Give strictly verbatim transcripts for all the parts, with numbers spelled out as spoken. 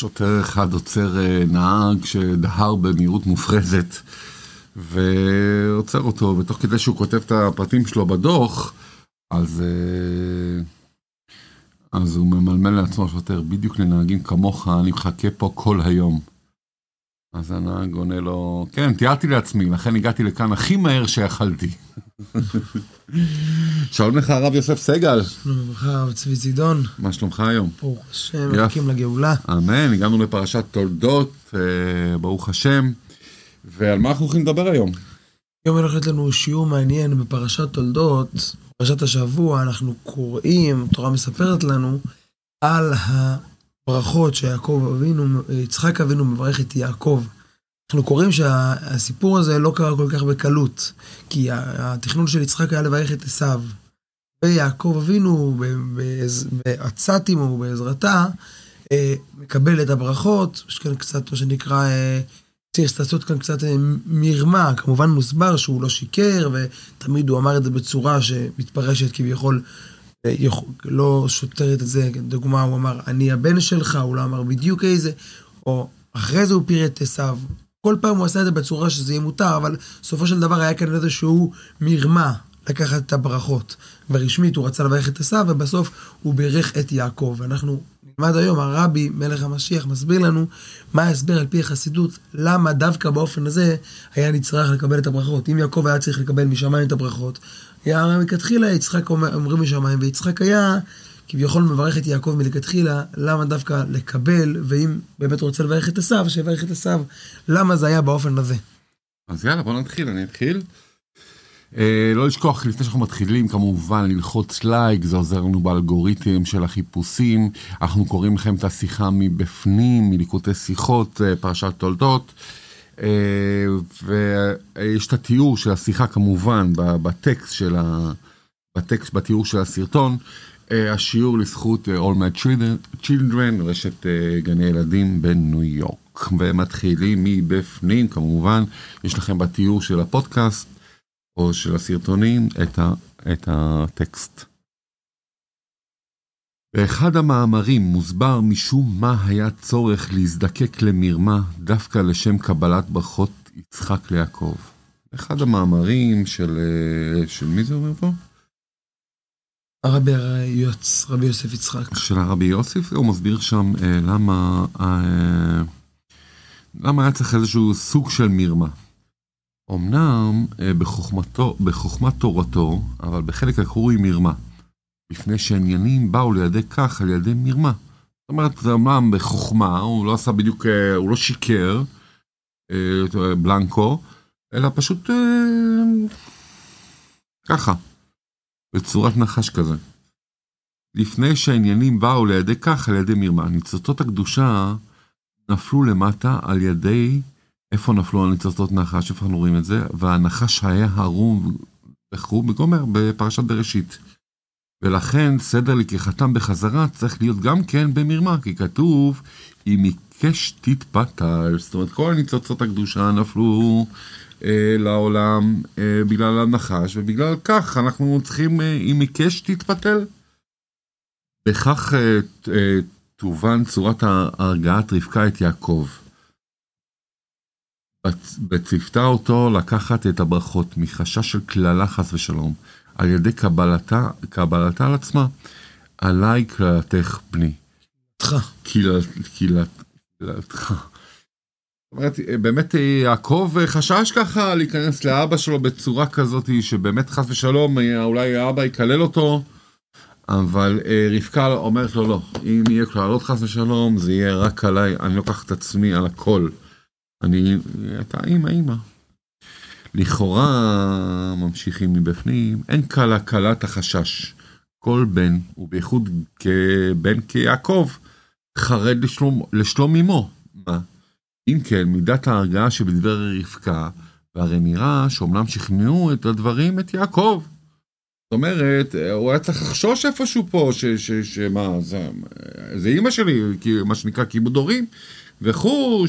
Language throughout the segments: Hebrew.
שוטר אחד עוצר נהג שדהר במהירות מופרזת, ועוצר אותו, ותוך כדי שהוא כותב את הפרטים שלו בדוח, אז, אז הוא ממלמל לעצמו שוטר, בדיוק לנהגים כמוך, אני מחכה פה כל היום. אז הנהג עונה לו, כן, תיארתי לעצמי, לכן הגעתי לכאן הכי מהר שיכלתי. שלום לך הרב יוסף סגל. שלום לך הרב צבי צידון. מה שלומך היום? ברוך השם, מחכים לגאולה. אמן, הגענו לפרשת תולדות, ברוך השם. ועל מה אנחנו הולכים לדבר היום? היום הולכת לנו שיעור מעניין בפרשת תולדות, פרשת השבוע, אנחנו קוראים, התורה מספרת לנו, על הברכות שיעקב אבינו, יצחק אבינו מברך את יעקב. אנחנו קוראים שהסיפור הזה לא קרה כל כך בקלות, כי התכנון של יצחק היה לברך את עשיו, ויעקב אבינו בעצתים או בעזרתה, מקבל את הברכות, יש כאן קצת מה שנקרא, צריך לעשות כאן קצת מרמה, כמובן מוסבר שהוא לא שיקר, ותמיד הוא אמר את זה בצורה שמתפרשת כביכול, לא שוטרת את זה, דוגמה הוא אמר, אני הבן שלך, הוא לא אמר בדיוק איזה, או אחרי זה הוא פירט עשיו, כל פעם הוא עשה את זה בצורה שזה יהיה מותר, אבל סופו של דבר היה כאן איזשהו מרמה לקחת את הברכות, ורשמית הוא רצה לברך את עשיו, ובסוף הוא בירך את יעקב. ואנחנו נלמד היום, הרבי מלך המשיח מסביר לנו מה ההסבר על פי החסידות, למה דווקא באופן הזה היה נצטרך לקבל את הברכות. אם יעקב היה צריך לקבל משמיים את הברכות, היה מכתחילה יצחק אומרים משמיים, ויצחק היה כביכול מברך את יעקב מלכתחילה, למה דווקא לקבל, ואם באמת הוא רוצה לברך את עשיו, שיברך את עשיו, למה זה היה באופן הזה? אז יאללה, בוא נתחיל, אני אתחיל. אה, לא לשכוח, לפני שאנחנו מתחילים, כמובן, ללחוץ לייק, זה עוזר לנו באלגוריתם של החיפושים, אנחנו קוראים לכם את השיחה מבפנים, מליקוטי שיחות, פרשת תולדות, אה, ויש את התיאור של השיחה, כמובן, בטקסט של ה... בטקסט, בתיאור של הסרטון, השיעור לזכות All My Children, רשת גני ילדים בניו יורק. ומתחילים מבפנים, כמובן, יש לכם בתיאור של הפודקאסט, או של הסרטונים, את, ה, את הטקסט. באחד המאמרים מוסבר משום מה היה צורך להזדקק למרמה, דווקא לשם קבלת ברכות יצחק ליעקב. אחד המאמרים של, של מי זה אומר פה? הרבי יוץ, רבי יוסף יצחק. של הרבי יוסף, הוא מסביר שם אה, למה, אה, למה היה צריך איזשהו סוג של מרמה. אמנם אה, בחוכמתו, בחוכמת תורתו, אבל בחלק הקרוי מרמה. לפני שעניינים באו לידי כך על ידי מרמה. זאת אומרת, זה אמנם בחוכמה, הוא לא עשה בדיוק, אה, הוא לא שיקר, אה, בלנקו, אלא פשוט אה, ככה. בצורת נחש כזה. לפני שהעניינים באו לידי כך על ידי מרמה, ניצוצות הקדושה נפלו למטה על ידי, איפה נפלו הניצוצות נחש, איפה אנחנו רואים את זה, והנחש היה הרום וחרום בגומר בפרשת בראשית. ולכן סדר לקיחתם בחזרה צריך להיות גם כן במרמה, כי כתוב, אם עיקש תתפתל, זאת אומרת כל הניצוצות הקדושה נפלו לעולם בגלל הנחש, ובגלל כך אנחנו צריכים, אם עיקש תתפתל. בכך תובן צורת הרגעת רבקה את יעקב. בצפתה אותו לקחת את הברכות מחשש של כללה חס ושלום, על ידי קבלתה, קבלתה על עצמה, עליי כללתך בני. קללתך. זאת אומרת, באמת יעקב חשש ככה להיכנס לאבא שלו בצורה כזאת שבאמת חס ושלום אולי האבא יקלל אותו, אבל רבקה אומרת לו לא, אם יהיה כללות חס ושלום זה יהיה רק עליי, אני לוקח את עצמי על הכל, אני, אתה אימא אימא. לכאורה ממשיכים מבפנים, אין קלה קלת החשש, כל בן ובייחוד כבן כיעקב חרד לשלום, לשלום אמו. מה? אם כן, מידת ההרגעה שבדבר רבקה, והרי נראה שאומנם שכנעו את הדברים את יעקב. זאת אומרת, הוא היה צריך לחשוש איפשהו פה, שמה, זה, זה אמא שלי, מה שנקרא כיבוד הורים, וכו',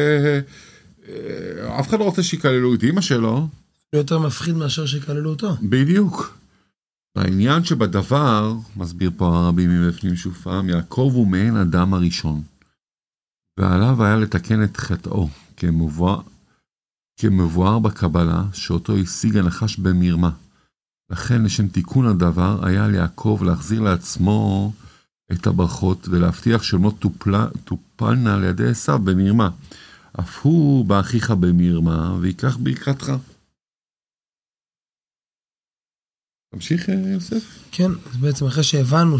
שאף אחד לא רוצה שיקללו את אמא שלו. זה יותר מפחיד מאשר שיקללו אותו. בדיוק. העניין שבדבר, מסביר פה הרבי מבפנים שוב פעם, יעקב הוא מעין אדם הראשון. ועליו היה לתקן את חטאו, כמבואר, כמבואר בקבלה, שאותו השיג הנחש במרמה. לכן, לשם תיקון הדבר, היה על יעקב להחזיר לעצמו את הברכות, ולהבטיח שלא תופלנה על ידי עשיו במרמה. אף הוא באחיך במרמה, ויקח ברכתך. תמשיך, יוסף? כן, אז בעצם אחרי שהבנו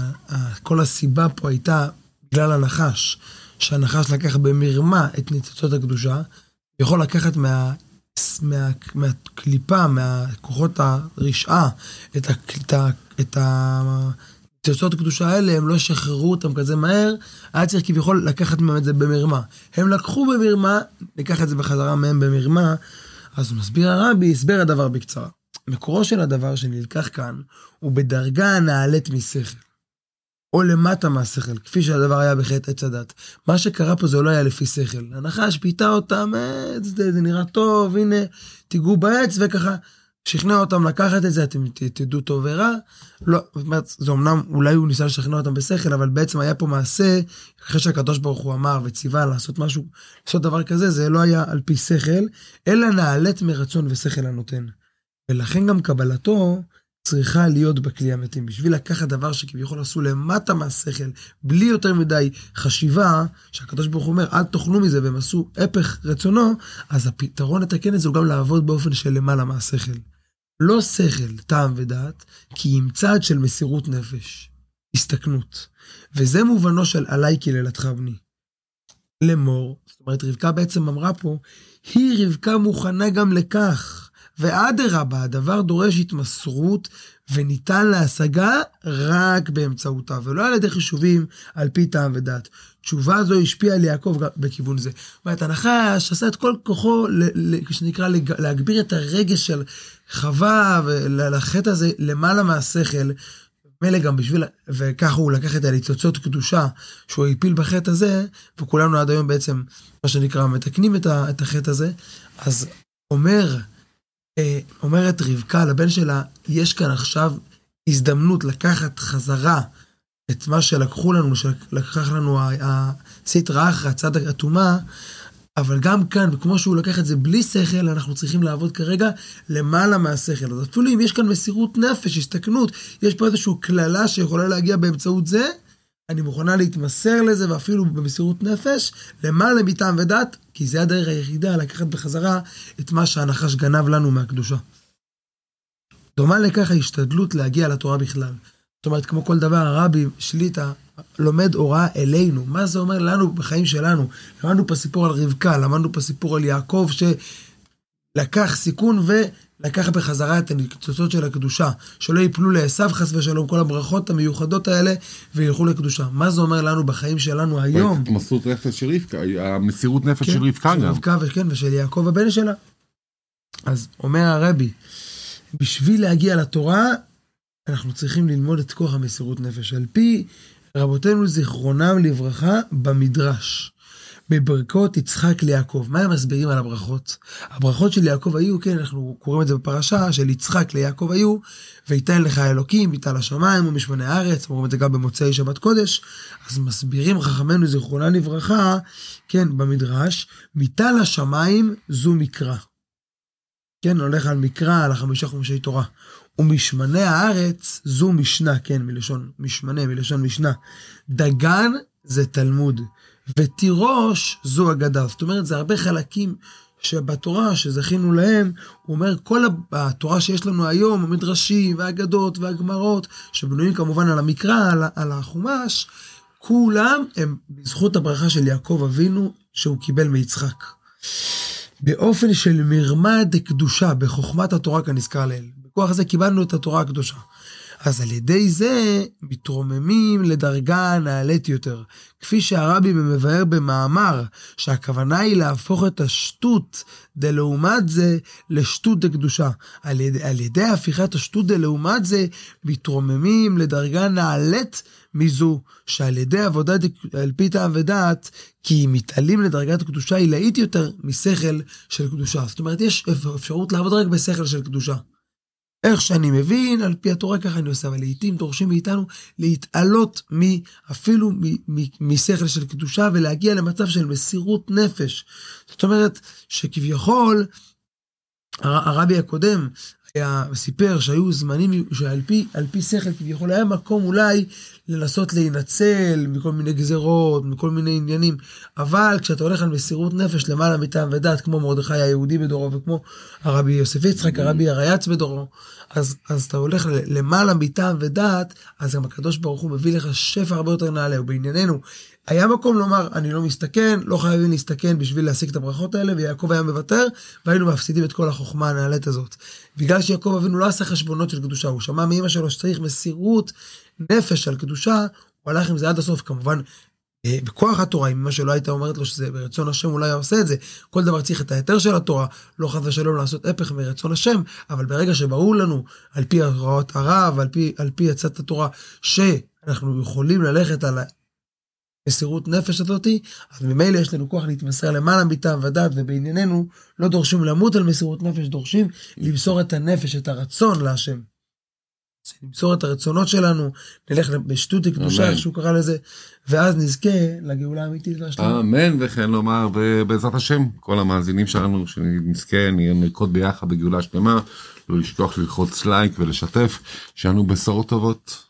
שכל הסיבה פה הייתה בגלל הנחש, שהנחש לקח במרמה את ניצוצות הקדושה, יכול לקחת מה, מה, מהקליפה, מהכוחות הרשעה, את, את, את הניצוצות הקדושה האלה, הם לא שחררו אותם כזה מהר, היה צריך כביכול לקחת מהם את זה במרמה. הם לקחו במרמה, ניקח את זה בחזרה מהם במרמה, אז הוא מסביר הרבי, הסבר הדבר בקצרה. מקורו של הדבר שנלקח כאן, הוא בדרגה נעלית משכל. או למטה מהשכל, כפי שהדבר היה בחטא עץ הדת. מה שקרה פה זה לא היה לפי שכל. הנחש פיתה אותם, זה, זה נראה טוב, הנה, תיגעו בעץ, וככה שכנע אותם לקחת את זה, אתם תדעו טוב ורע. לא, זה אמנם, אולי הוא ניסה לשכנע אותם בשכל, אבל בעצם היה פה מעשה, אחרי שהקדוש ברוך הוא אמר וציווה לעשות משהו, לעשות דבר כזה, זה לא היה על פי שכל, אלא נעלית מרצון ושכל הנותן. ולכן גם קבלתו, צריכה להיות בכלי המתים. בשביל לקחת דבר שכביכול עשו למטה מהשכל, בלי יותר מדי חשיבה, שהקדוש ברוך הוא אומר, אל תאכלו מזה, והם עשו הפך רצונו, אז הפתרון לתקן את זה הוא גם לעבוד באופן של למעלה מהשכל. לא שכל, טעם ודעת, כי עם צעד של מסירות נפש, הסתכנות. וזה מובנו של עלי קללתך בני. לאמור, זאת אומרת, רבקה בעצם אמרה פה, היא רבקה מוכנה גם לכך, ואדרבה, הדבר דורש התמסרות וניתן להשגה רק באמצעותה, ולא על ידי חישובים על פי טעם ודעת. תשובה זו השפיעה על יעקב בכיוון זה. ואת הנחש עשה את כל כוחו, שנקרא להגביר את הרגש של חווה ולחטא הזה למעלה מהשכל, מלא גם בשביל, וככה הוא לקח את הניצוצות קדושה שהוא הפיל בחטא הזה, וכולנו עד היום בעצם, מה שנקרא, מתקנים את החטא הזה. אז אומר, אומרת רבקה לבן שלה, יש כאן עכשיו הזדמנות לקחת חזרה את מה שלקחו לנו, שלקח לנו הסטרא אחרא, הצד התומה, אבל גם כאן, כמו שהוא לקח את זה בלי שכל, אנחנו צריכים לעבוד כרגע למעלה מהשכל. אז אפילו אם יש כאן מסירות נפש, הסתכנות, יש פה איזושהי כללה שיכולה להגיע באמצעות זה, אני מוכנה להתמסר לזה, ואפילו במסירות נפש, למעלה מטעם ודעת, כי זה הדרך היחידה לקחת בחזרה את מה שהנחש גנב לנו מהקדושה. דומה לכך ההשתדלות להגיע לתורה בכלל. זאת אומרת, כמו כל דבר, הרבי שליטה לומד הוראה אלינו. מה זה אומר לנו בחיים שלנו? למדנו פה סיפור על רבקה, למדנו פה סיפור על יעקב שלקח סיכון ולקח בחזרה את הניצוצות של הקדושה, שלא ייפלו לעשיו חס ושלום כל הברכות המיוחדות האלה וילכו לקדושה. מה זה אומר לנו בחיים שלנו היום? המסירות נפש של רבקה, המסירות נפש של רבקה גם. רבקה וכן, ושל יעקב הבן שלה. אז אומר הרבי, בשביל להגיע לתורה, אנחנו צריכים ללמוד את כוח המסירות נפש. על פי רבותינו זיכרונם לברכה במדרש, בברכות יצחק ליעקב. מה הם מסבירים על הברכות? הברכות של יעקב היו, כן, אנחנו קוראים את זה בפרשה, של יצחק ליעקב היו, ויתן לך אלוקים, ויתן לשמיים ומשמני הארץ, אומרים את זה גם במוצאי שבת קודש, אז מסבירים חכמינו זיכרונם לברכה, כן, במדרש, מיתה לשמיים זו מקרא. כן, הולך על מקרא, על החמישה חומשי תורה. ומשמני הארץ זו משנה, כן, מלשון משמנה, מלשון משנה. דגן זה תלמוד, ותירוש זו אגדה. זאת אומרת, זה הרבה חלקים שבתורה שזכינו להם, הוא אומר, כל התורה שיש לנו היום, המדרשים והאגדות והגמרות, שבנויים כמובן על המקרא, על, על החומש, כולם הם בזכות הברכה של יעקב אבינו, שהוא קיבל מיצחק. באופן של מרמה דקדושה, בחוכמת התורה כנזכר לאל. בכוח הזה קיבלנו את התורה הקדושה. אז על ידי זה מתרוממים לדרגה נעלית יותר. כפי שהרבי מבאר במאמר, שהכוונה היא להפוך את השטות דלעומת זה לשטות דקדושה. על ידי, על ידי הפיכת השטות דלעומת זה מתרוממים לדרגה נעלית מזו, שעל ידי עבודה על פי טעם ודעת, כי מתעלים לדרגת קדושה עילאית יותר משכל של קדושה. זאת אומרת, יש אפשרות לעבוד רק בשכל של קדושה. איך שאני מבין, על פי התורה ככה אני עושה, אבל לעתים דורשים מאיתנו להתעלות מ- אפילו מ- מ- משכל של קדושה, ולהגיע למצב של מסירות נפש. זאת אומרת, שכביכול, הר- הרבי הקודם היה סיפר שהיו זמנים שעל פי, על פי שכל כביכול היה מקום אולי לנסות להינצל מכל מיני גזרות, מכל מיני עניינים, אבל כשאתה הולך על מסירות נפש למעלה מטעם ודת, כמו מרדכי היהודי בדורו, וכמו הרבי יוסף יצחק, הרבי הרייץ בדורו, אז, אז אתה הולך למעלה מטעם ודת, אז גם הקדוש ברוך הוא מביא לך שפע הרבה יותר נעלה, ובענייננו, היה מקום לומר, אני לא מסתכן, לא חייבים להסתכן בשביל להשיג את הברכות האלה, ויעקב היה מוותר, והיינו מפסידים את כל החוכמה הנעלית הזאת. בגלל שיעקב אבינו לא עשה חשבונות של קדושה, הוא שמע מאמא שלו שצריך מסירות נפש על קדושה, הוא הלך עם זה עד הסוף, כמובן, בכוח התורה, אם אמא שלו הייתה אומרת לו שזה ברצון השם, אולי הוא עושה את זה, כל דבר צריך את היתר של התורה, לא חס ושלום לעשות הפך מרצון השם, אבל ברגע שברור לנו, על פי הוראות הרב, על פי, על פי עצת התורה, שאנחנו יכולים ללכת על מסירות נפש הזאתי, אז ממילא יש לנו כוח להתמסר למעלה מטעם ודת, ובענייננו לא דורשים למות על מסירות נפש, דורשים למסור את הנפש, את הרצון להשם. למסור את הרצונות שלנו, נלך בשטות קדושה, איך שהוא קרא לזה, ואז נזכה לגאולה האמיתית והשלמה. אמן, וכן לומר, ובעזרת השם, כל המאזינים שלנו, שנזכה, נרקוד ביחד בגאולה שלמה, לא לשכוח ללחוץ לייק ולשתף, שאנו בשורות טובות.